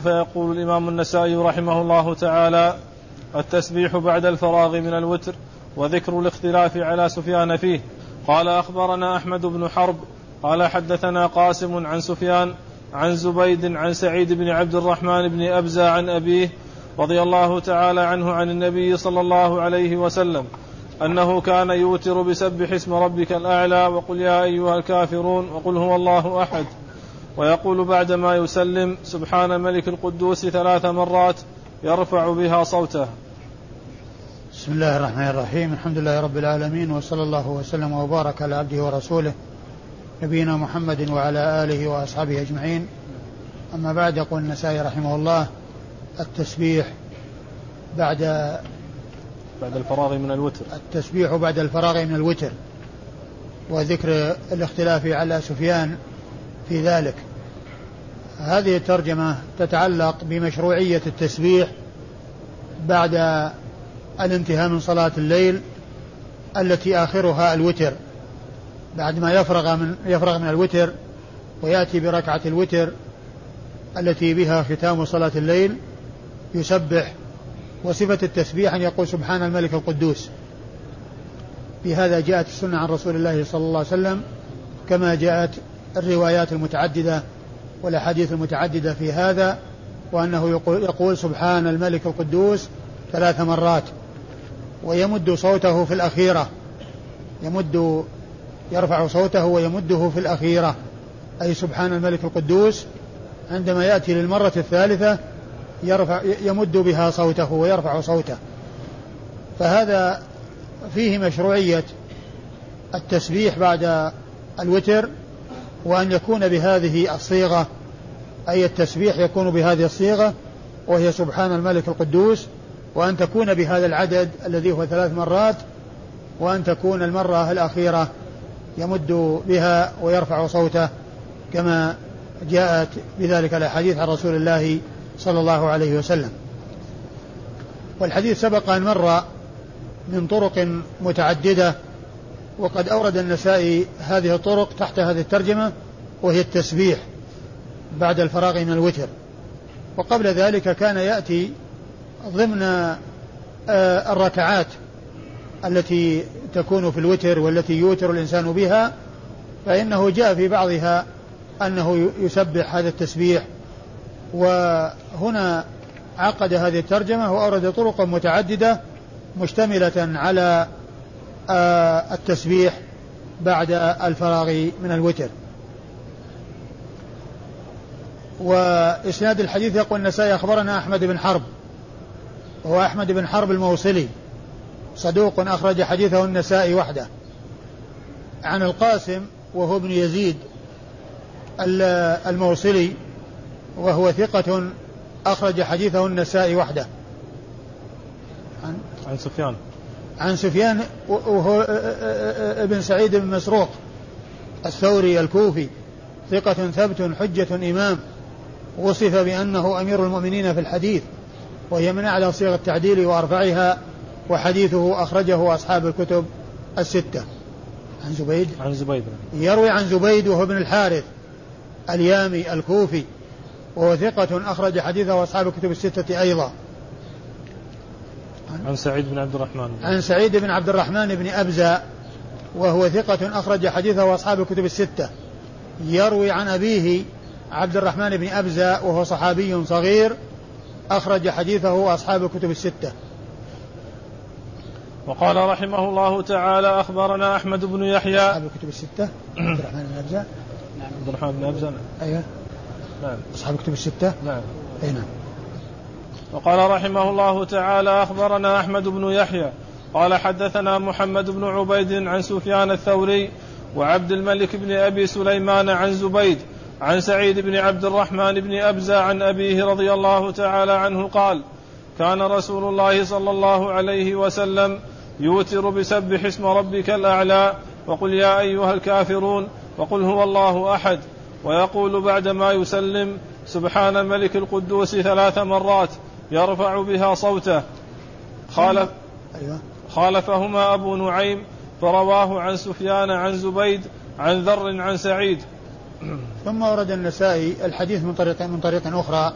فيقول الإمام النسائي رحمه الله تعالى: التسبيح بعد الفراغ من الوتر، وذكر الاختلاف على سفيان فيه. قال: أخبرنا أحمد بن حرب قال: حدثنا قاسم عن سفيان عن زبيد عن سعيد بن عبد الرحمن بن أبزة عن أبيه رضي الله تعالى عنه عن النبي صلى الله عليه وسلم أنه كان يوتر بسبح اسم ربك الأعلى وقل يا أيها الكافرون وقل هو الله أحد، ويقول بعدما يسلم: سبحان ملك القدوس 3 مرات يرفع بها صوته. بسم الله الرحمن الرحيم. الحمد لله رب العالمين، وصلى الله وسلم وبارك على عبده ورسوله نبينا محمد وعلى آله وأصحابه أجمعين. أما بعد، يقول النسائي رحمه الله: التسبيح بعد الفراغ من الوتر، التسبيح بعد الفراغ من الوتر، وذكر الاختلاف على سفيان في ذلك. هذه الترجمة تتعلق بمشروعية التسبيح بعد الانتهاء من صلاة الليل التي آخرها الوتر، بعد ما يفرغ من الوتر ويأتي بركعة الوتر التي بها ختام صلاة الليل يسبح. وصفة التسبيح أن يقول: سبحان الملك القدوس. بهذا جاءت السنة عن رسول الله صلى الله عليه وسلم، كما جاءت الروايات المتعددة والأحاديث المتعددة في هذا، وأنه يقول سبحان الملك القدوس 3 مرات، ويمد صوته في الأخيرة، يرفع صوته ويمده في الأخيرة، أي سبحان الملك القدوس عندما يأتي للمرة الثالثة يمد بها صوته ويرفع صوته. فهذا فيه مشروعية التسبيح بعد الوتر، وأن يكون بهذه الصيغة، أي التسبيح يكون بهذه الصيغة وهي سبحان الملك القدوس، وأن تكون بهذا العدد الذي هو 3 مرات، وأن تكون المرة الأخيرة يمد بها ويرفع صوته كما جاءت بذلك الأحاديث عن رسول الله صلى الله عليه وسلم. والحديث سبق أن مر من طرق متعددة، وقد أورد النسائي هذه الطرق تحت هذه الترجمة، وهي التسبيح بعد الفراغ من الوتر. وقبل ذلك كان يأتي ضمن الركعات التي تكون في الوتر والتي يوتر الإنسان بها، فإنه جاء في بعضها أنه يسبح هذا التسبيح. وهنا عقد هذه الترجمة وأورد طرقا متعددة مشتملة على التسبيح بعد الفراغ من الوتر. وإسناد الحديث يقول النسائي: أخبرنا أحمد بن حرب، وهو أحمد بن حرب الموصلي، صدوق أخرج حديثه النسائي وحده، عن القاسم وهو ابن يزيد الموصلي، وهو ثقة أخرج حديثه النسائي وحده، عن سفيان وهو ابن سعيد بن مسروق الثوري الكوفي، ثقة ثبت حجة إمام، وصف بأنه أمير المؤمنين في الحديث، وهي من أعلى صيغ التعديل وأرفعها، وحديثه أخرجه أصحاب الكتب الستة. عن زبيد يروي عن زبيد وهو ابن الحارث اليامي الكوفي، وهو ثقة أخرج حديثه أصحاب الكتب الستة أيضا. عن سعيد بن عبد الرحمن بن أبزة، وهو ثقة أخرج حديثه أصحاب الكتب الستة. يروي عن أبيه عبد الرحمن بن أبزة، وهو صحابي صغير أخرج حديثه أصحاب الكتب الستة. وقال رحمه الله تعالى: أخبرنا أحمد بن يحيى. أصحاب الكتب الستة عبد الرحمن بن أبزة. عبد الرحمن بن أبزة. أيوة. نعم. أصحاب الكتب الستة. نعم. أي نعم. وقال رحمه الله تعالى: أخبرنا أحمد بن يحيى قال: حدثنا محمد بن عبيد عن سفيان الثوري وعبد الملك بن أبي سليمان عن زبيد عن سعيد بن عبد الرحمن بن أبزة عن أبيه رضي الله تعالى عنه قال: كان رسول الله صلى الله عليه وسلم يوتر بسبح اسم ربك الأعلى وقل يا أيها الكافرون وقل هو الله أحد، ويقول بعدما يسلم: سبحان الملك القدوس 3 مرات يرفع بها صوته. خالفهما أبو نعيم فرواه عن سفيان عن زبيد عن ذر عن سعيد. ثم ورد النسائي الحديث من طريق أخرى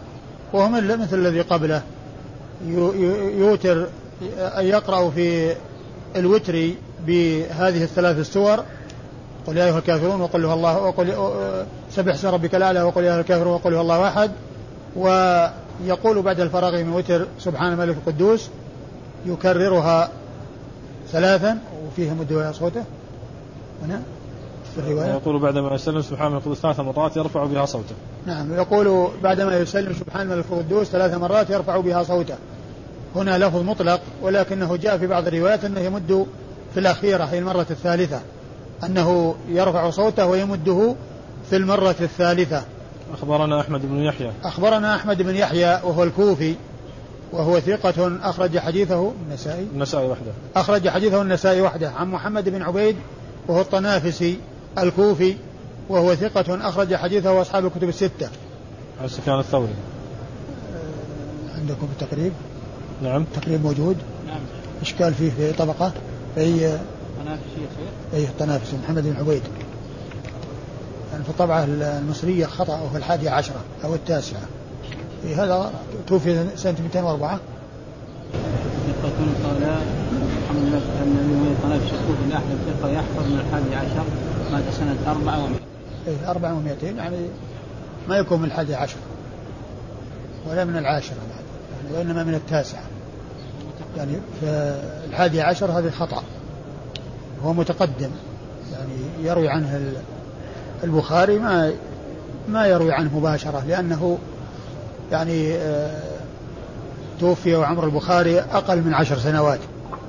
وهو مثل الذي قبله، يوتر يقرأ في الوتر بهذه الثلاث السور: قل يا أيها الكافرون، وقل هو الله، وقل سبح اسم ربك الأعلى، وقل يا أيها الكافرون، وقل هو الله أحد. ويقول بعد الفراغ من الوتر: سبحان الملك القدوس، يكررها 3 وفيها مد صوته. هنا في الرواية يقول بعدما يسلم سبحان الملك القدوس 3 مرات يرفع بها صوته. نعم، يقول بعدما يسلم سبحان الملك القدوس 3 مرات يرفع بها صوته. هنا لفظ مطلق، ولكنه جاء في بعض الروايات أنه يمد في الأخيرة، هي المرة الثالثة، أنه يرفع صوته ويمده في المرة الثالثة. أخبرنا أحمد بن يحيى وهو الكوفي، وهو ثقة أخرج حديثه النسائي وحده. أخرج حديثه النسائي وحده. عن محمد بن عبيد وهو الطنافسي الكوفي، وهو ثقة أخرج حديثه وأصحاب الكتب الستة. عن سفيان الثوري. عندكم التقريب؟ نعم التقريب موجود. نعم. إشكال فيه في طبقة في الطنافسي محمد بن عبيد، يعني في الطبعة المصرية خطأ، وفي 11 أو 9. في هذا توفي سنة 204. ثقة قال محمد بن عبيد الطنافسي الكوفي الأحد ثقة يحفظ من 11 مات سنة 400. 400 يعني ما يكون من 11 ولا من 10 يعني، وإنما من 9 يعني. في 11 هذا خطأ، هو متقدم يعني، يروي عنه البخاري ما يروي عنه مباشرة، لأنه يعني توفي وعمر البخاري أقل من 10 سنوات.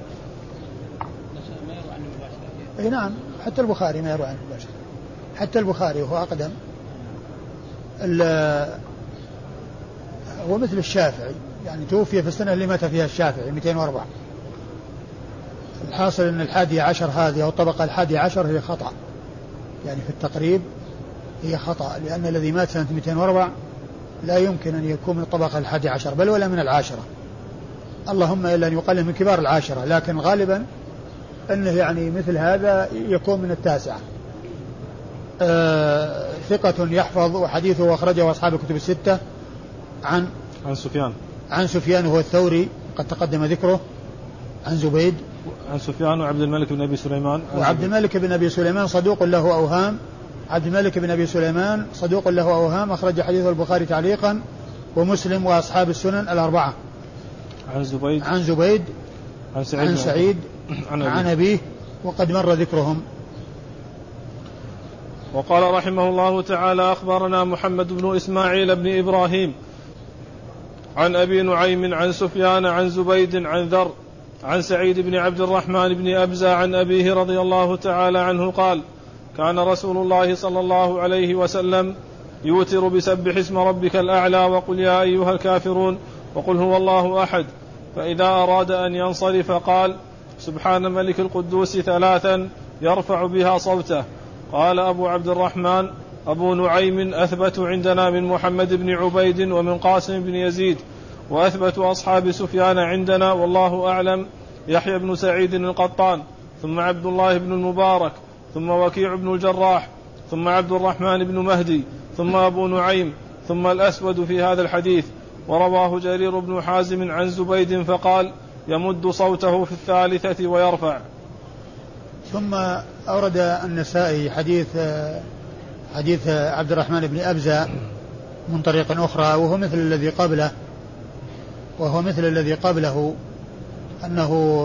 نعم، حتى البخاري ما يروي عنه مباشرة، حتى البخاري وهو أقدم. هو مثل الشافعي يعني، توفي في السنة اللي مات فيها الشافعي 204. الحاصل أن 11 هذه أو الطبقة 11 هي خطأ يعني، في التقريب هي خطأ، لأن الذي مات سنة 204 لا يمكن أن يكون من الطبقة 11 بل ولا من 10، اللهم إلا أن يقلل من كبار 10، لكن غالبا أنه يعني مثل هذا يكون من 9. ثقة يحفظ، وحديثه وأخرجه أصحاب الكتب الستة. عن سفيان هو الثوري قد تقدم ذكره. عن زبيد. عن سفيان وعبد الملك بن أبي سليمان. وعبد الملك بن أبي سليمان صدوق له أوهام. عبد الملك بن أبي سليمان صدوق له أوهام، أخرج حديث البخاري تعليقا ومسلم وأصحاب السنن الأربعة. عن زبيد عن سعيد عن أبيه وقد مر ذكرهم. وقال رحمه الله تعالى: أخبرنا محمد بن إسماعيل بن إبراهيم عن أبي نعيم عن سفيان عن زبيد عن ذر عن سعيد بن عبد الرحمن بن أبزة عن أبيه رضي الله تعالى عنه قال: كان رسول الله صلى الله عليه وسلم يوتر بسبح اسم ربك الأعلى وقل يا أيها الكافرون وقل هو الله أحد، فإذا أراد أن ينصرف قال: سبحان ملك القدوس 3 يرفع بها صوته. قال أبو عبد الرحمن: أبو نعيم أثبت عندنا من محمد بن عبيد ومن قاسم بن يزيد، وأثبت أصحاب سفيان عندنا والله أعلم يحيى بن سعيد القطان، ثم عبد الله بن المبارك، ثم وكيع بن الجراح، ثم عبد الرحمن بن مهدي، ثم أبو نعيم، ثم الأسود في هذا الحديث. ورواه جرير بن حازم عن زبيد فقال: يمد صوته في 3 ويرفع. ثم أورد النسائي حديث عبد الرحمن بن أبزة من طريق أخرى، وهو مثل الذي قبله أنه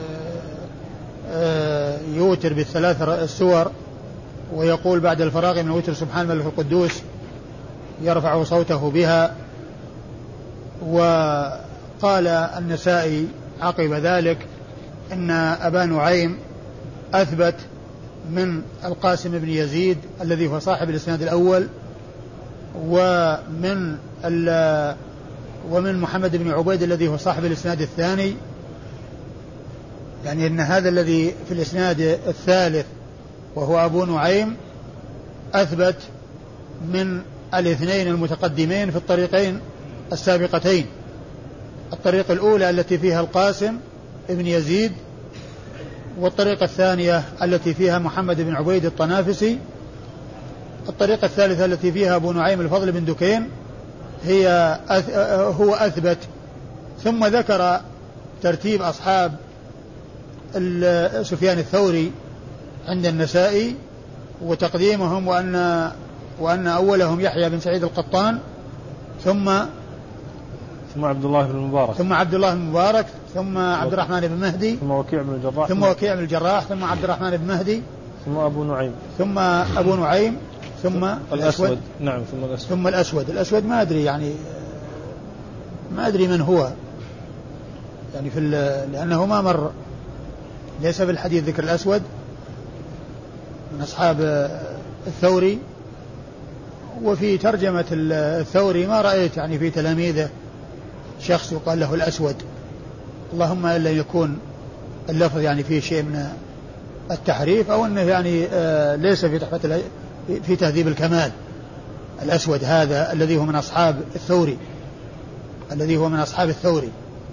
يوتر ب3 السور، ويقول بعد الفراغ من وتر سبحان الملك القدوس يرفع صوته بها. وقال النسائي عقب ذلك إن أبا نعيم أثبت من القاسم بن يزيد الذي هو صاحب الإسناد الأول، ومن محمد بن عبيد الذي هو صاحب الإسناد الثاني، يعني أن هذا الذي في الإسناد الثالث وهو أبو نعيم أثبت من الاثنين المتقدمين في الطريقين السابقتين. الطريقة الأولى التي فيها القاسم بن يزيد، والطريقة الثانية التي فيها محمد بن عبيد الطنافسي، الطريقة الثالثة التي فيها أبو نعيم الفضل بن دكين، هو أثبت. ثم ذكر ترتيب أصحاب سفيان الثوري عند النسائي وتقديمهم، وأن أولهم يحيى بن سعيد القطان، ثم عبد الله بن المبارك، ثم عبد الرحمن بن مهدي، ثم وكيع بن الجراح، ثم عبد الرحمن بن مهدي، ثم أبو نعيم، ثم الأسود. ثم الأسود ما أدري يعني ما أدري من هو يعني لأنه ما مر، ليس في الحديث ذكر الأسود من أصحاب الثوري. وفي ترجمة الثوري ما رأيت يعني في تلاميذه شخص يقال له الأسود، اللهم إلا يكون اللفظ يعني فيه شيء من التحريف، أو أنه يعني ليس في تهذيب الكمال. الأسود هذا الذي هو من أصحاب الثوري،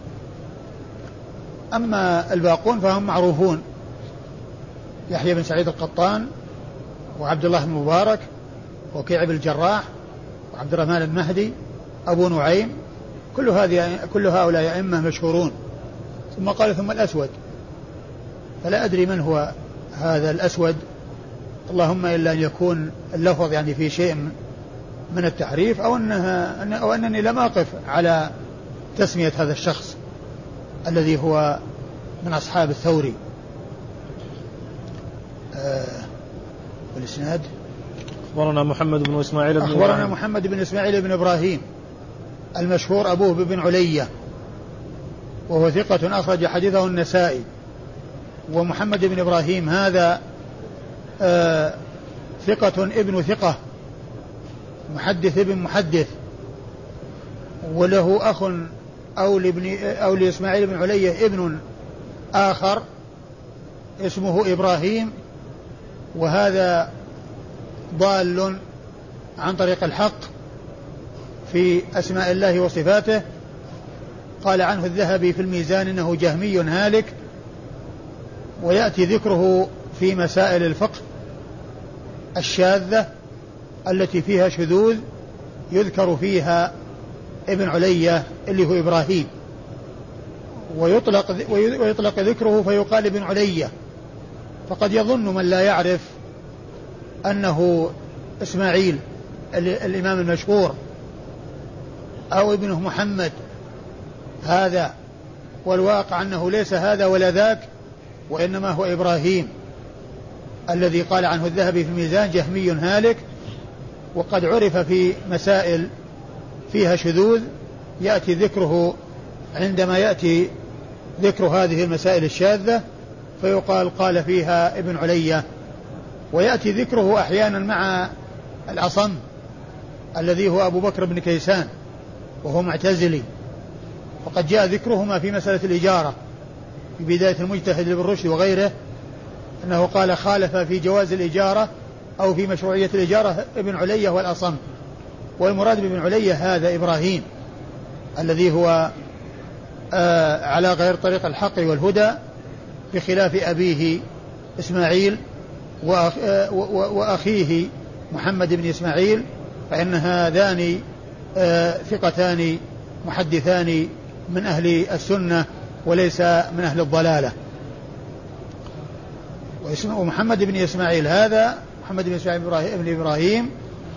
أما الباقون فهم معروفون: يحيى بن سعيد القطان، وعبد الله بن المبارك، وكيع بن الجراح، وعبد الرحمن بن مهدي، أبو نعيم، كل هؤلاء أئمة مشهورون. ثم قال ثم الأسود، فلا أدري من هو هذا الأسود، اللهم إلا أن يكون اللفظ يعني في شيء من التحريف، أو أنني لم أقف على تسمية هذا الشخص الذي هو من أصحاب الثوري. والإسناد أخبرنا محمد بن إسماعيل بن إبراهيم المشهور أبوه بن علية، وهو ثقة أخرج حديثه النسائي. ومحمد بن إبراهيم هذا ثقة ابن ثقة، محدث ابن محدث، وله أخ أو لإسماعيل بن علية ابن آخر اسمه إبراهيم، وهذا ضال عن طريق الحق في أسماء الله وصفاته. قال عنه الذهبي في الميزان إنه جهمي هالك، ويأتي ذكره في مسائل الفقه الشاذة التي فيها شذوذ، يذكر فيها ابن علية اللي هو إبراهيم، ويطلق ذكره فيقال ابن علية، فقد يظن من لا يعرف أنه إسماعيل الإمام المشهور أو ابنه محمد هذا، والواقع أنه ليس هذا ولا ذاك، وإنما هو إبراهيم الذي قال عنه الذهبي في الميزان جهمي هالك. وقد عرف في مسائل فيها شذوذ يأتي ذكره عندما يأتي ذكر هذه المسائل الشاذة فيقال قال فيها ابن علية. ويأتي ذكره أحيانا مع الأصم الذي هو أبو بكر بن كيسان وهو معتزلي، وقد جاء ذكرهما في مسألة الإجارة في بداية المجتهد لابن رشد وغيره، أنه قال خالف في جواز الإجارة أو في مشروعية الإجارة ابن علية والأصم، والمراد بابن علية هذا إبراهيم الذي هو على غير طريق الحق والهدى، بخلاف أبيه إسماعيل وأخيه محمد بن إسماعيل، فإن هذان ثقتان محدثان من أهل السنة وليس من أهل الضلالة. ومحمد بن إسماعيل هذا محمد بن إسماعيل بن إبراهيم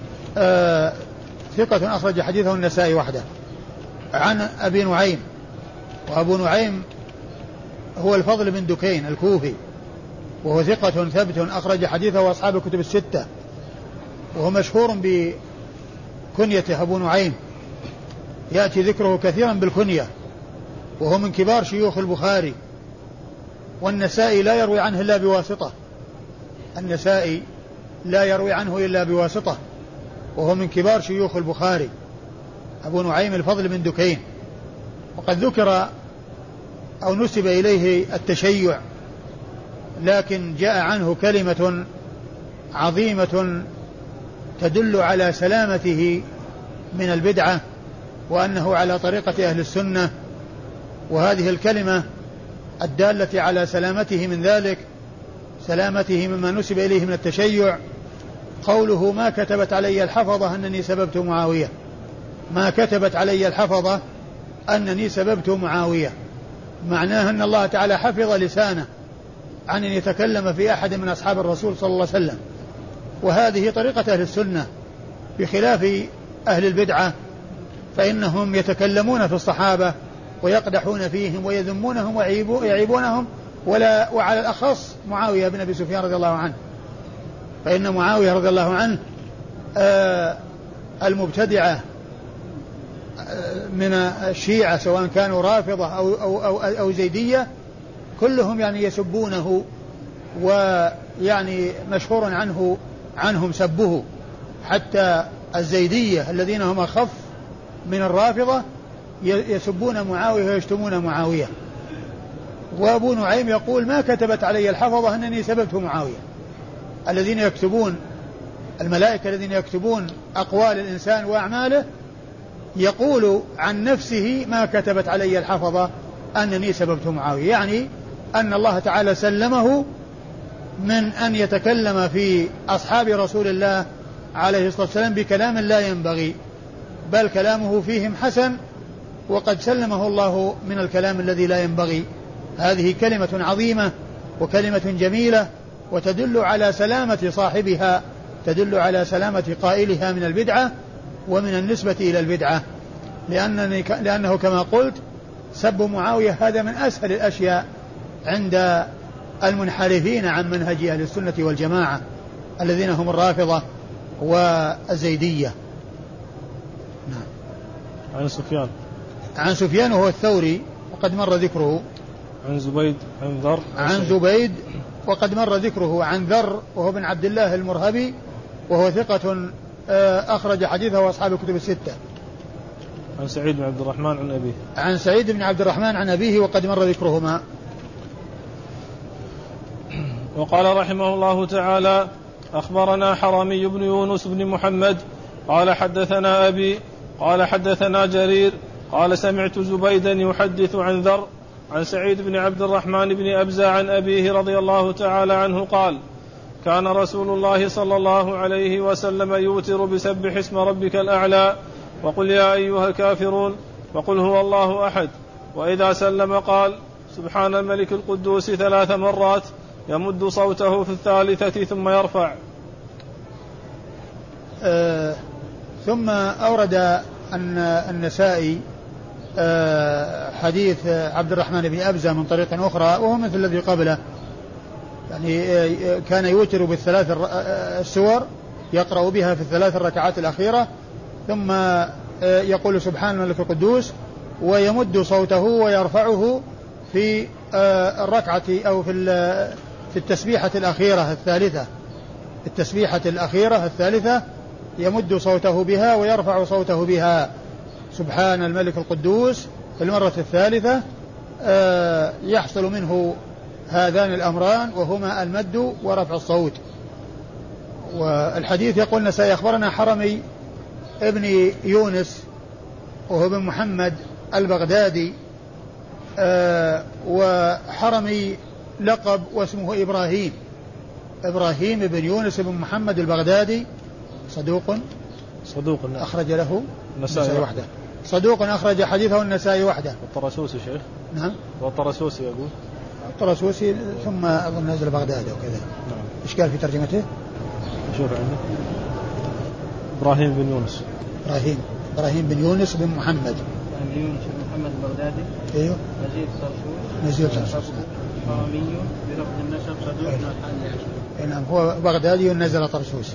ثقة أخرج حديثه النسائي وحده. عن أبي نعيم، وأبو نعيم هو الفضل بن دكين الكوفي، وهو ثقة ثبت أخرج حديثه أصحاب الكتب الستة، وهو مشهور بكنيته أبو نعيم، يأتي ذكره كثيرا بالكنية، وهو من كبار شيوخ البخاري، والنسائي لا يروي عنه إلا بواسطة، النسائي لا يروي عنه إلا بواسطة، وهو من كبار شيوخ البخاري أبو نعيم الفضل بن دكين. وقد ذكر أو نسب إليه التشيع، لكن جاء عنه كلمة عظيمة تدل على سلامته من البدعة وأنه على طريقة أهل السنة، وهذه الكلمة الدالة على سلامته من ذلك، سلامته مما نسب إليه من التشيع، قوله ما كتبت علي الحفظة أنني سببت معاوية، ما كتبت علي الحفظة أنني سببت معاوية، معناه أن الله تعالى حفظ لسانه عن أن يتكلم في أحد من أصحاب الرسول صلى الله عليه وسلم. وهذه طريقة أهل السنة بخلاف أهل البدعة، فإنهم يتكلمون في الصحابة ويقدحون فيهم ويذمونهم ويعيبونهم، وعلى الأخص معاوية بن أبي سفيان رضي الله عنه، فإن معاوية رضي الله عنه المبتدعة من الشيعة سواء كانوا رافضة أو زيدية كلهم يعني يسبونه، ويعني مشهور عنهم سبه، حتى الزيدية الذين هم أخف من الرافضة يسبون معاوية ويشتمون معاوية. وأبو نعيم يقول ما كتبت علي الحفظة أنني سببت معاوية. الذين يكتبون، الملائكة الذين يكتبون أقوال الإنسان وأعماله، يقول عن نفسه ما كتبت علي الحفظة أنني سببت معاوية، يعني أن الله تعالى سلمه من أن يتكلم في أصحاب رسول الله عليه الصلاة والسلام بكلام لا ينبغي، بل كلامه فيهم حسن، وقد سلمه الله من الكلام الذي لا ينبغي. هذه كلمة عظيمة وكلمة جميلة، وتدل على سلامة صاحبها، تدل على سلامة قائلها من البدعة ومن النسبة إلى البدعة، لأنه كما قلت سب معاوية هذا من أسهل الأشياء عند المنحرفين عن منهج أهل السنة والجماعة الذين هم الرافضة والزيدية. نعم. عن سفيان وهو الثوري وقد مر ذكره. عن زبيد عن ذر. عن زبيد وقد مر ذكره. عن ذر وهو بن عبد الله المرهبي وهو ثقة أخرج حديثه أصحاب الكتب الستة. عن سعيد بن عبد الرحمن عن أبيه. عن سعيد بن عبد الرحمن عن أبيه وقد مر ذكرهما. وقال رحمه الله تعالى أخبرنا حرمي بن يونس بن محمد قال حدثنا أبي قال حدثنا جرير قال سمعت زبيدا يحدث عن ذر عن سعيد بن عبد الرحمن بن أبزة عن أبيه رضي الله تعالى عنه قال كان رسول الله صلى الله عليه وسلم يوتر بسبح اسم ربك الأعلى وقل يا أيها الكافرون وقل هو الله أحد، وإذا سلم قال سبحان الملك القدوس 3 مرات يمد صوته في الثالثة ثم يرفع. ثم أورد النسائي حديث عبد الرحمن بن أبزة من طريق أخرى وهو مثل الذي قبله، يعني كان يوتر بالثلاث السور يقرأ بها في الثلاث الركعات الأخيرة، ثم يقول سبحان الملك القدوس ويمد صوته ويرفعه في الركعة أو في التسبيحة الأخيرة الثالثة، التسبيحة الأخيرة الثالثة يمد صوته بها ويرفع صوته بها سبحان الملك القدوس في المرة الثالثة. يحصل منه هذان الأمران وهما المد ورفع الصوت. والحديث يقول سيخبرنا حرمي ابن يونس وهو ابن محمد البغدادي، وحرمي لقب واسمه إبراهيم بن يونس بن محمد البغدادي صدوق أخرج له النسائي وحده، صدوق أخرج حديثه النسائي وحده. والطرسوسي شيخ. نعم. والطرسوسي يقول الطرسوسي ثم أظن نزل بغداد وكذا. نعم. إيش قال في ترجمته؟ شوف عندك إبراهيم بن يونس بن محمد. يونس بن محمد البغدادي. أيوه. نزيل طرسوس. حرمي برفض النسب صدوق نعم هو بغدادي ونزل طرسوس.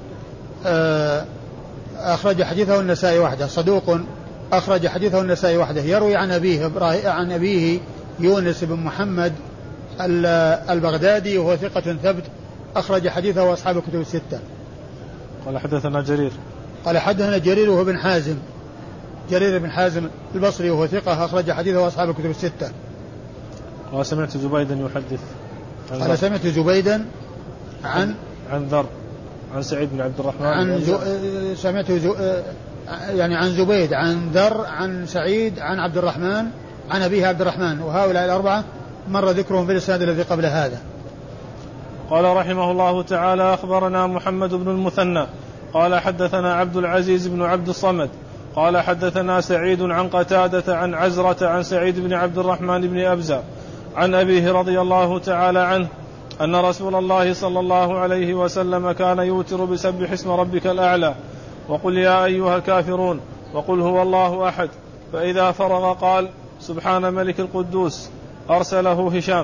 أخرج حديثه النسائي وحده. صدوق أخرج حديثه النسائي وحده. يروي عن أبيه يونس بن محمد البغدادي وهو ثقة ثبت أخرج حديثه أصحاب الكتب الستة. قال حدثنا جرير. قال حدثنا جرير وهو بن حازم، جرير بن حازم البصري وهو ثقة أخرج حديثه أصحاب الكتب الستة. قال سمعت زبيدا يحدث. قال سمعت زبيدا عن ذر عن سعيد بن عبد الرحمن. سمعت يعني عن زبيد عن ذر عن سعيد عن عبد الرحمن عن أبيه عبد الرحمن، وهؤلاء الأربعة مر ذكرهم في الإسناد الذي قبل هذا. قال رحمه الله تعالى أخبرنا محمد بن المثنى قال حدثنا عبد العزيز بن عبد الصمد قال حدثنا سعيد عن قتادة عن عزرة عن سعيد بن عبد الرحمن بن أبزة عن أبيه رضي الله تعالى عنه أن رسول الله صلى الله عليه وسلم كان يوتر بسبح اسم ربك الأعلى وقل يا أيها الكافرون وقل هو الله أحد، فإذا فرغ قال سبحان ملك القدوس. أرسله هشام.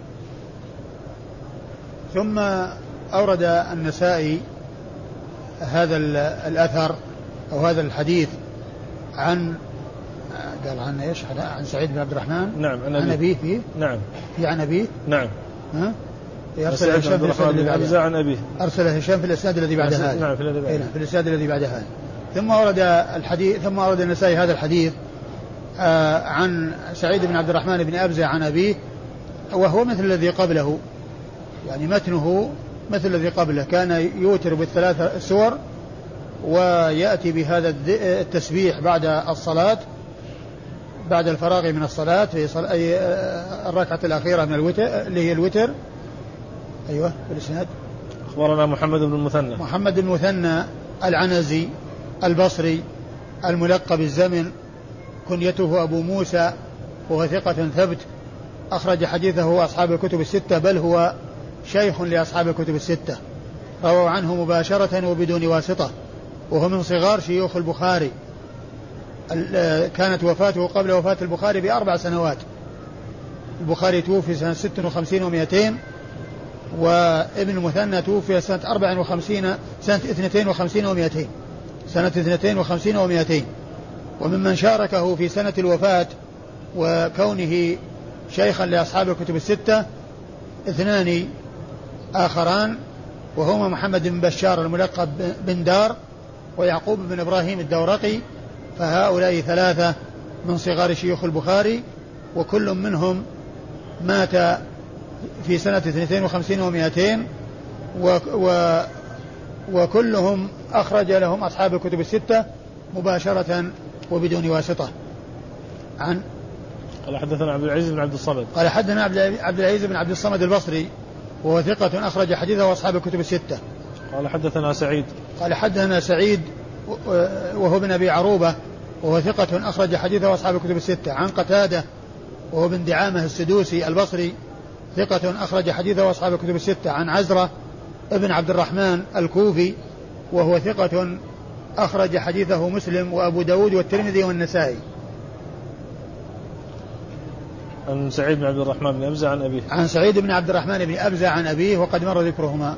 ثم أورد النسائي هذا الأثر أو هذا الحديث عن قال عن إيش؟ عن سعيد بن عبد الرحمن. نعم. عن أبيه فيه. نعم. في عن أبيه. نعم. ها؟ أرسل هشام عن أبيه. أرسل هشام في الإسناد الذي بعد هذا. نعم في الإسناد الذي بعد هذا. ثم أورد النسائي هذا الحديث عن سعيد بن عبد الرحمن بن أبزة عن أبيه، وهو مثل الذي قبله، يعني متنه مثل الذي قبله، كان يوتر بالثلاث سور ويأتي بهذا التسبيح بعد الصلاة، بعد الفراغ من الصلاة في الركعة الأخيرة من الوتر اللي هي الوتر. أيوة في الإسناد. أخبرنا محمد بن المثنى العنزي البصري الملقب بالزمن، كنيته أبو موسى، وهو ثقة ثبت، أخرج حديثه أصحاب الكتب الستة، بل هو شيخ لأصحاب الكتب الستة، رووا عنه مباشرة وبدون واسطة، وهو من صغار شيوخ البخاري. كانت وفاته قبل وفاة البخاري ب4 سنوات. البخاري توفي سنة 56 و200، وابن المثنى توفي سنة 52 و200. وممن شاركه في سنة الوفاة وكونه شيخا لأصحاب الكتب الستة 2 آخران، وهما محمد بن بشار الملقب بن دار، ويعقوب بن إبراهيم الدورقي، فهؤلاء 3 من صغار شيوخ البخاري، وكل منهم مات في سنة 52 و200، وكلهم أخرج لهم أصحاب الكتب الستة مباشرة وبدون واسطة. قال حدثنا عبد العزيز بن عبد الصمد. قال حدثنا عبد العزيز بن عبد الصمد البصري، وهو ثقة أخرج حديثه أصحاب الكتب الستة. قال حدثنا سعيد. قال حدثنا سعيد وهو بن أبي عروبة، وهو ثقة أخرج حديثه أصحاب الكتب الستة. عن قتادة وهو بن دعامة السدوسي البصري، ثقة أخرج حديثه أصحاب الكتب الستة. عن عزرة ابن عبد الرحمن الكوفي، وهو ثقة أخرج حديثه مسلم وأبو داود والترمذي والنسائي. عن سعيد بن عبد الرحمن بن أبزة عن أبيه. عن سعيد بن عبد الرحمن بن أبزة عن أبيه، وقد مر ذكرهما.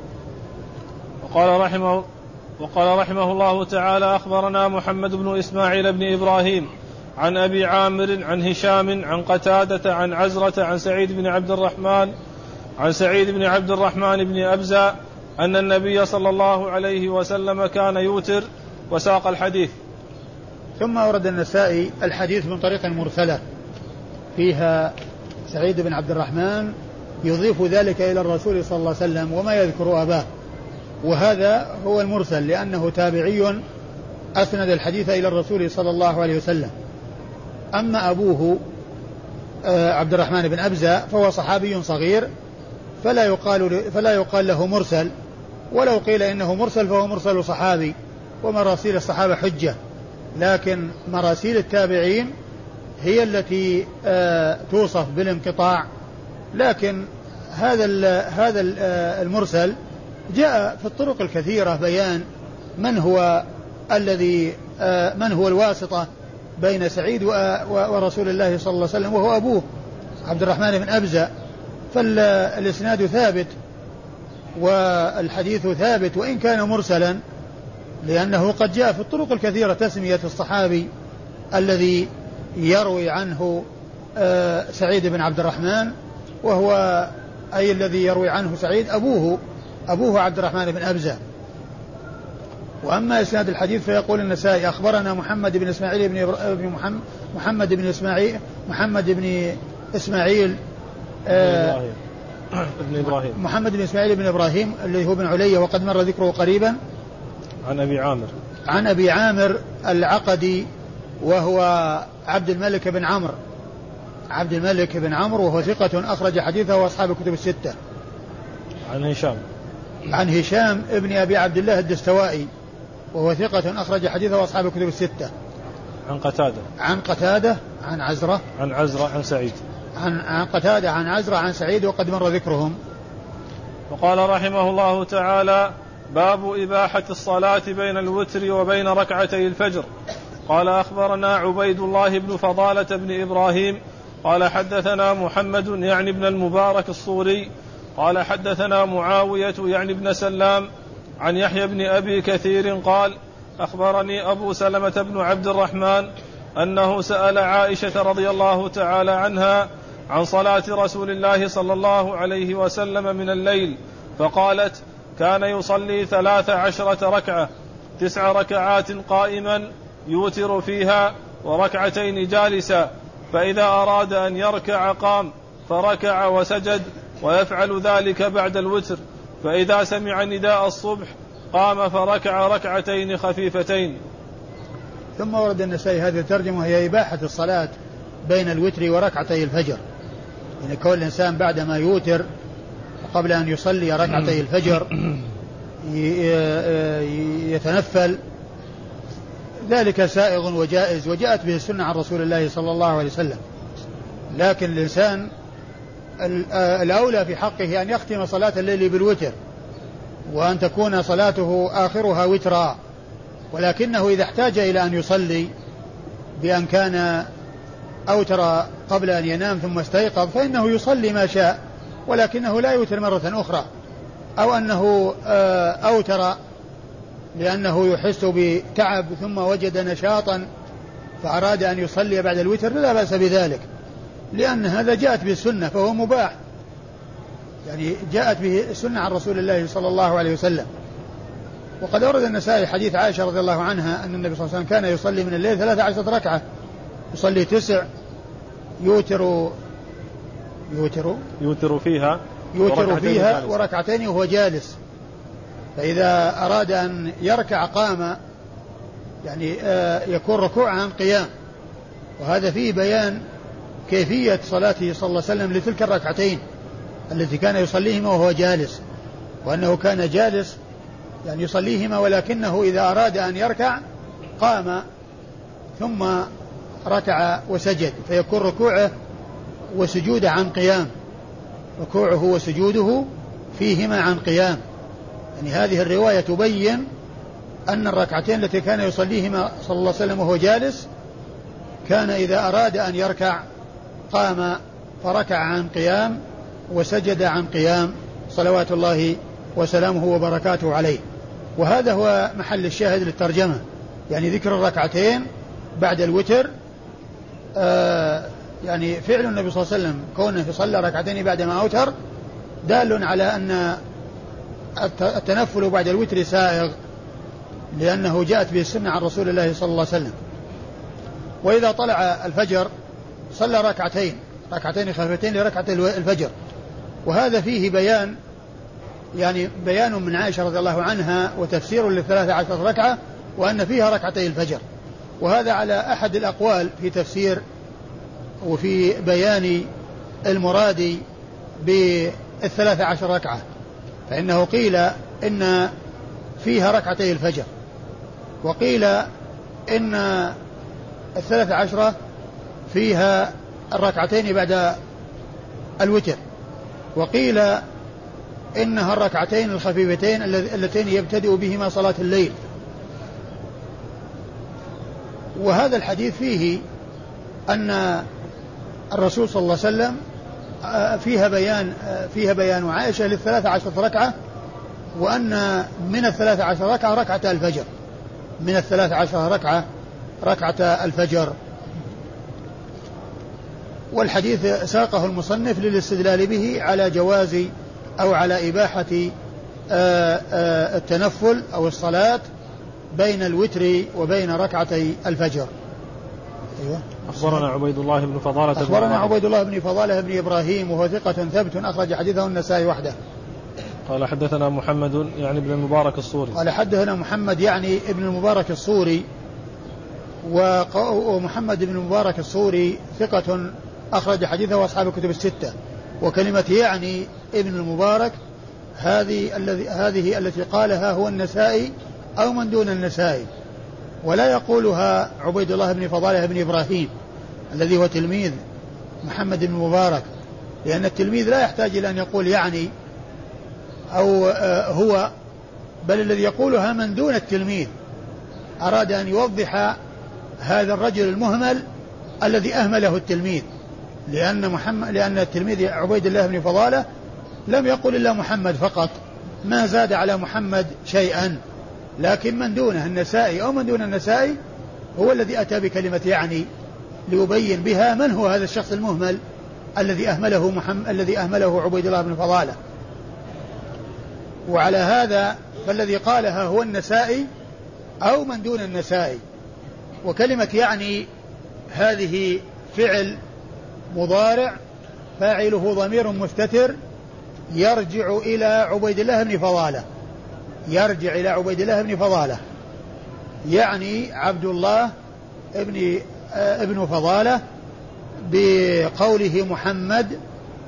وقال رحمه الله تعالى: أخبرنا محمد بن إسماعيل بن إبراهيم عن أبي عامر عن هشام عن قتادة عن عزرة عن سعيد بن عبد الرحمن بن أبزة أن النبي صلى الله عليه وسلم كان يوتر، وساق الحديث. ثم أورد النسائي الحديث من طريق مرسلة فيها سعيد بن عبد الرحمن يضيف ذلك إلى الرسول صلى الله عليه وسلم وما يذكر أباه، وهذا هو المرسل لأنه تابعي أسند الحديث إلى الرسول صلى الله عليه وسلم. أما أبوه عبد الرحمن بن أبزة فهو صحابي صغير، فلا يقال له مرسل، ولو قيل إنه مرسل فهو مرسل صحابي، ومراسيل الصحابة حجة، لكن مراسيل التابعين هي التي توصف بالانقطاع. لكن هذا المرسل جاء في الطرق الكثيرة بيان من هو الواسطة بين سعيد ورسول الله صلى الله عليه وسلم، وهو أبوه عبد الرحمن بن أبزة. فالإسناد ثابت والحديث ثابت وإن كان مرسلا، لأنه قد جاء في الطرق الكثيرة تسمية الصحابي الذي يروي عنه سعيد بن عبد الرحمن، وهو أي الذي يروي عنه سعيد أبوه عبد الرحمن بن أبزة. وأما إسناد الحديث فيقول النسائي: أخبرنا محمد بن إسماعيل بن إبراهيم اللي هو بن علي، وقد مر ذكره قريبا. عن أبي عامر العقدي، وهو عبد الملك بن عمرو، وهو ثقة أخرج حديثه وأصحاب الكتب الستة. عن هشام ابن أبي عبد الله الدستوائي، وهو ثقة أخرج حديثه وأصحاب الكتب الستة. عن قتادة عن عزرة عن سعيد عن قتادة عن عزرة عن سعيد وقد مر ذكرهم. وقال رحمه الله تعالى: باب إباحة الصلاة بين الوتر وبين ركعتي الفجر. قال أخبرنا عبيد الله بن فضالة بن إبراهيم قال حدثنا محمد يعني بن المبارك الصوري قال حدثنا معاوية يعني بن سلام عن يحيى بن أبي كثير قال أخبرني أبو سلمة بن عبد الرحمن أنه سأل عائشة رضي الله تعالى عنها عن صلاة رسول الله صلى الله عليه وسلم من الليل فقالت: كان يصلي 13 ركعة 9 ركعات قائما يوتر فيها وركعتين جالسا، فإذا أراد أن يركع قام فركع وسجد، ويفعل ذلك بعد الوتر، فإذا سمع نداء الصبح قام فركع ركعتين خفيفتين. ثم ورد النسائي هذه الترجمة هي إباحة الصلاة بين الوتر وركعتي الفجر، يعني كل الإنسان بعدما يوتر قبل أن يصلي ركعتي الفجر يتنفل، ذلك سائغ وجائز وجاءت به السنة عن رسول الله صلى الله عليه وسلم، لكن الإنسان الأولى في حقه أن يختم صلاة الليل بالوتر وأن تكون صلاته آخرها وترا، ولكنه إذا احتاج إلى أن يصلي بأن كان أوتر قبل أن ينام ثم استيقظ فإنه يصلي ما شاء، ولكنه لا يوتر مرة أخرى، أو أنه أوتر لأنه يحس بتعب ثم وجد نشاطا فأراد أن يصلي بعد الوتر لا بأس بذلك، لأن هذا جاءت به السنة فهو مباح، يعني جاءت به السنة عن رسول الله صلى الله عليه وسلم. وقد أورد النسائي حديث عائشة رضي الله عنها أن النبي صلى الله عليه وسلم كان يصلي من الليل 13 ركعة، يصلي 9 يوتر فيها وركعتين وهو جالس، فإذا أراد أن يركع قام، يعني يكون ركوعا عن قيام، وهذا فيه بيان كيفية صلاته صلى الله عليه وسلم لتلك الركعتين التي كان يصليهما وهو جالس، وأنه كان جالس يعني يصليهما، ولكنه إذا أراد أن يركع قام ثم ركع وسجد، فيكون ركوعه وسجوده عن قيام، ركوعه وسجوده فيهما عن قيام. يعني هذه الرواية تبين أن الركعتين التي كان يصليهما صلى الله عليه وسلم وهو جالس كان إذا أراد أن يركع قام فركع عن قيام وسجد عن قيام صلوات الله وسلامه وبركاته عليه. وهذا هو محل الشاهد للترجمة، يعني ذكر الركعتين بعد الوتر. يعني فعل النبي صلى الله عليه وسلم كونه يصلى ركعتين بعدما أوتر دال على أن التنفل بعد الوتر سائغ، لأنه جاءت به السنة عن رسول الله صلى الله عليه وسلم. وإذا طلع الفجر صلى ركعتين خفيفتين لركعة الفجر، وهذا فيه بيان، يعني بيان من عائشة رضي الله عنها وتفسير ل13 ركعة وأن فيها ركعتي الفجر، وهذا على أحد الأقوال في تفسير وفي بيان المراد ب13 ركعة، فإنه قيل إن فيها ركعتي الفجر، وقيل إن 13 فيها الركعتين بعد الوتر، وقيل إنها الركعتين الخفيفتين اللتين يبتدئ بهما صلاة الليل. وهذا الحديث فيه أن الرسول صلى الله عليه وسلم فيها بيان عائشة ل13 ركعة، وأن من 13 ركعة ركعة الفجر، من 13 ركعة ركعة الفجر. والحديث ساقه المصنف للاستدلال به على جواز أو على إباحة التنفل أو الصلاة بين الوتر وبين ركعتي الفجر. أيوة. أخبرنا عبيد الله بن فضالة بن إبراهيم وهو ثقة ثبت أخرج حديثه النسائي وحده. قال حدثنا محمد يعني ابن المبارك الصوري. قال حدثنا محمد يعني ابن المبارك الصوري، ومحمد بن المبارك الصوري ثقة أخرج حديثه أصحاب الكتب الستة. وكلمة يعني ابن المبارك هذه التي قالها هو النسائي أو من دون النسائي، ولا يقولها عبيد الله بن فضالة بن إبراهيم الذي هو تلميذ محمد بن مبارك، لأن التلميذ لا يحتاج إلى أن يقول يعني أو هو، بل الذي يقولها من دون التلميذ. أراد أن يوضح هذا الرجل المهمل الذي أهمله التلميذ، لأن التلميذ عبيد الله بن فضالة لم يقل إلا محمد فقط، ما زاد على محمد شيئا، لكن من دونه النسائي أو من دون النسائي هو الذي أتى بكلمة يعني ليبين بها من هو هذا الشخص المهمل الذي أهمله عبيد الله بن فضالة. وعلى هذا فالذي قالها هو النسائي أو من دون النسائي. وكلمة يعني هذه فعل مضارع فاعله ضمير مستتر يرجع إلى عبيد الله بن فضالة، يرجع إلى عبيد الله بن فضالة، يعني عبد الله ابن فضالة بقوله محمد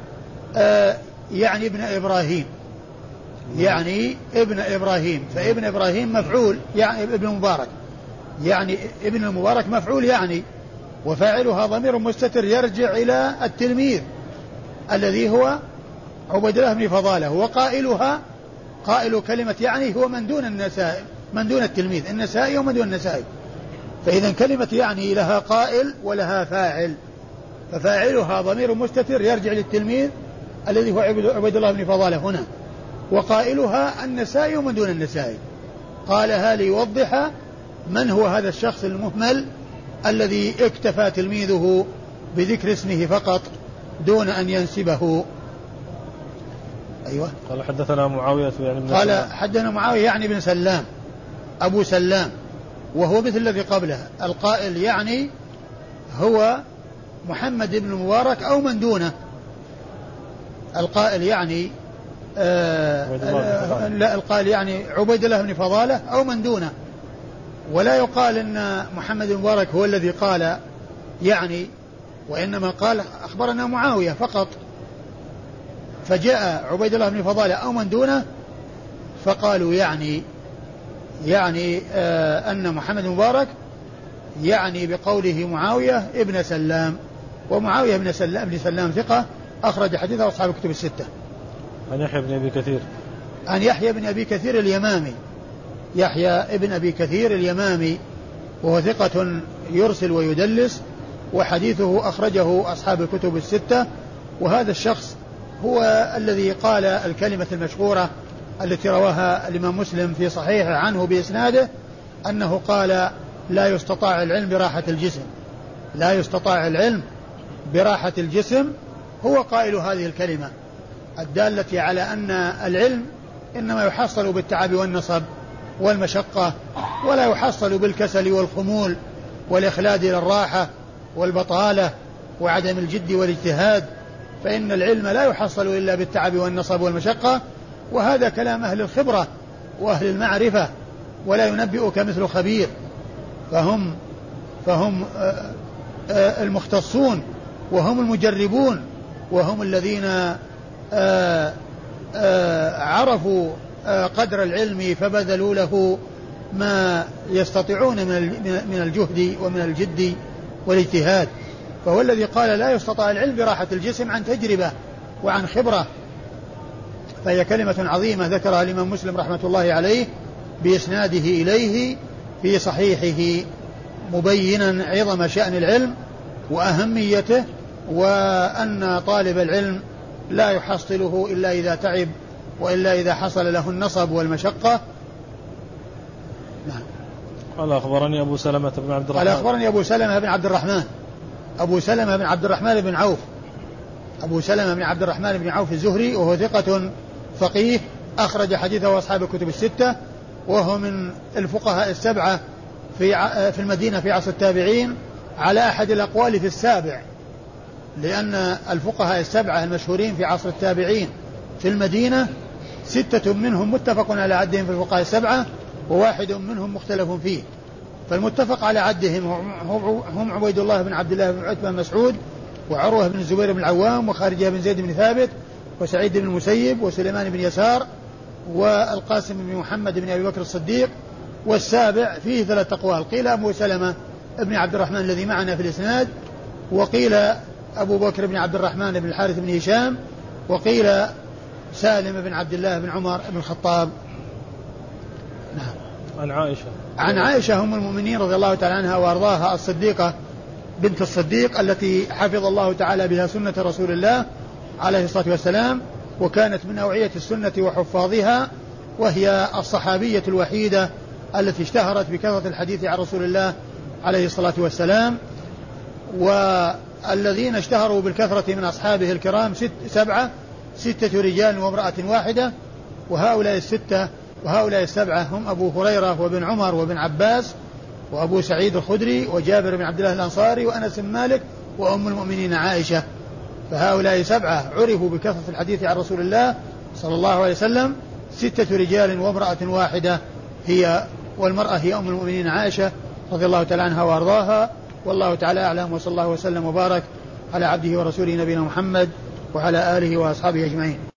يعني ابن إبراهيم، يعني ابن إبراهيم، فابن إبراهيم مفعول يعني ابن مبارك، يعني ابن المبارك مفعول يعني، وفاعلها ضمير مستتر يرجع إلى التلميذ الذي هو عبيد الله بن فضالة، وقائلها قائل كلمة يعني هو من دون النسائي، من دون التلميذ النسائي ومن دون النسائي. فإذا كلمة يعني لها قائل ولها فاعل، ففاعلها ضمير مستتر يرجع للتلميذ الذي هو عبيد الله بن فضالة هنا، وقائلها النسائي ومن دون النسائي. قالها ليوضح من هو هذا الشخص المهمل الذي اكتفى تلميذه بذكر اسمه فقط دون أن ينسبه. أيوة. قال حدثنا معاوية يعني بن قال حدثنا معاوية يعني بن سلام أبو سلام، وهو مثل الذي قبله، القائل يعني هو محمد بن مبارك أو من دونه، القائل يعني لا، القائل يعني عبيد الله بن فضالة أو من دونه، ولا يقال أن محمد بن مبارك هو الذي قال يعني، وإنما قال أخبرنا معاوية فقط، فجاء عبيد الله بن فضالة أو من دونه فقالوا يعني أن محمد بن مبارك يعني بقوله معاوية ابن سلام، ومعاوية ابن سلام ثقة أخرج حديثه أصحاب الكتب الستة. عن يحيى بن أبي كثير، عن يحيى بن أبي كثير اليمامي، يحيى ابن أبي كثير اليمامي وهو ثقة يرسل ويدلس، وحديثه أخرجه أصحاب الكتب الستة. وهذا الشخص هو الذي قال الكلمة المشهورة التي رواها الإمام مسلم في صحيحه عنه بإسناده أنه قال لا يستطاع العلم براحة الجسم، لا يستطاع العلم براحة الجسم، هو قائل هذه الكلمة الدالة على أن العلم إنما يحصل بالتعب والنصب والمشقة، ولا يحصل بالكسل والخمول والإخلاد إلى الراحة والبطالة وعدم الجد والاجتهاد، فإن العلم لا يحصل إلا بالتعب والنصب والمشقة، وهذا كلام أهل الخبرة وأهل المعرفة، ولا ينبئك مثل خبير، فهم المختصون وهم المجربون، وهم الذين عرفوا قدر العلم فبذلوا له ما يستطيعون من الجهد ومن الجد والاجتهاد. فهو الذي قال لا يستطاع العلم براحة الجسم عن تجربة وعن خبرة، فهي كلمة عظيمة ذكرها الإمام مسلم رحمة الله عليه بإسناده إليه في صحيحه، مبينا عظم شأن العلم وأهميته، وأن طالب العلم لا يحصله إلا إذا تعب، وإلا إذا حصل له النصب والمشقة. نعم. قال أخبرني أبو سلمة بن عبد الرحمن، قال أخبرني أبو سلمة بن عبد الرحمن، أبو سلمة بن عبد الرحمن بن عوف، أبو سلمة بن عبد الرحمن بن عوف الزهري، وهو ثقة فقيه أخرج حديثه أصحاب الكتب الستة، وهو من الفقهاء السبعة في المدينة في عصر التابعين على أحد الأقوال في السابع، لأن الفقهاء السبعة المشهورين في عصر التابعين في المدينة 6 منهم متفق على عدهم في الفقهاء السبعة، وواحد منهم مختلف فيه. فالمتفق على عدهم هم عبيد الله بن عبد الله بن عتبة بن مسعود، وعروة بن الزبير بن العوام، وخارجة بن زيد بن ثابت، وسعيد بن المسيب، وسليمان بن يسار، والقاسم بن محمد بن أبي بكر الصديق، والسابع فيه 3 أقوال، قيل أبو سلمة ابن عبد الرحمن الذي معنا في الإسناد، وقيل أبو بكر بن عبد الرحمن بن الحارث بن هشام، وقيل سالم بن عبد الله بن عمر بن الخطاب. نعم. عن عائشة أم المؤمنين رضي الله تعالى عنها وأرضاها، الصديقة بنت الصديق التي حفظ الله تعالى بها سنة رسول الله عليه الصلاة والسلام، وكانت من أوعية السنة وحفاظها، وهي الصحابية الوحيدة التي اشتهرت بكثرة الحديث عن رسول الله عليه الصلاة والسلام. والذين اشتهروا بالكثرة من أصحابه الكرام 6 رجال وامرأة واحدة، وهؤلاء السبعة هم أبو هريرة وابن عمر وابن عباس وأبو سعيد الخدري وجابر بن عبد الله الأنصاري وأنس بن مالك وأم المؤمنين عائشة. فهؤلاء 7 عرفوا بكثرة الحديث عن رسول الله صلى الله عليه وسلم، 6 رجال وامرأة واحدة، والمرأة هي أم المؤمنين عائشة رضي الله تعالى عنها وأرضاها. والله تعالى أعلم، وصلى الله وسلم وبارك على عبده ورسوله نبينا محمد وعلى آله وأصحابه أجمعين.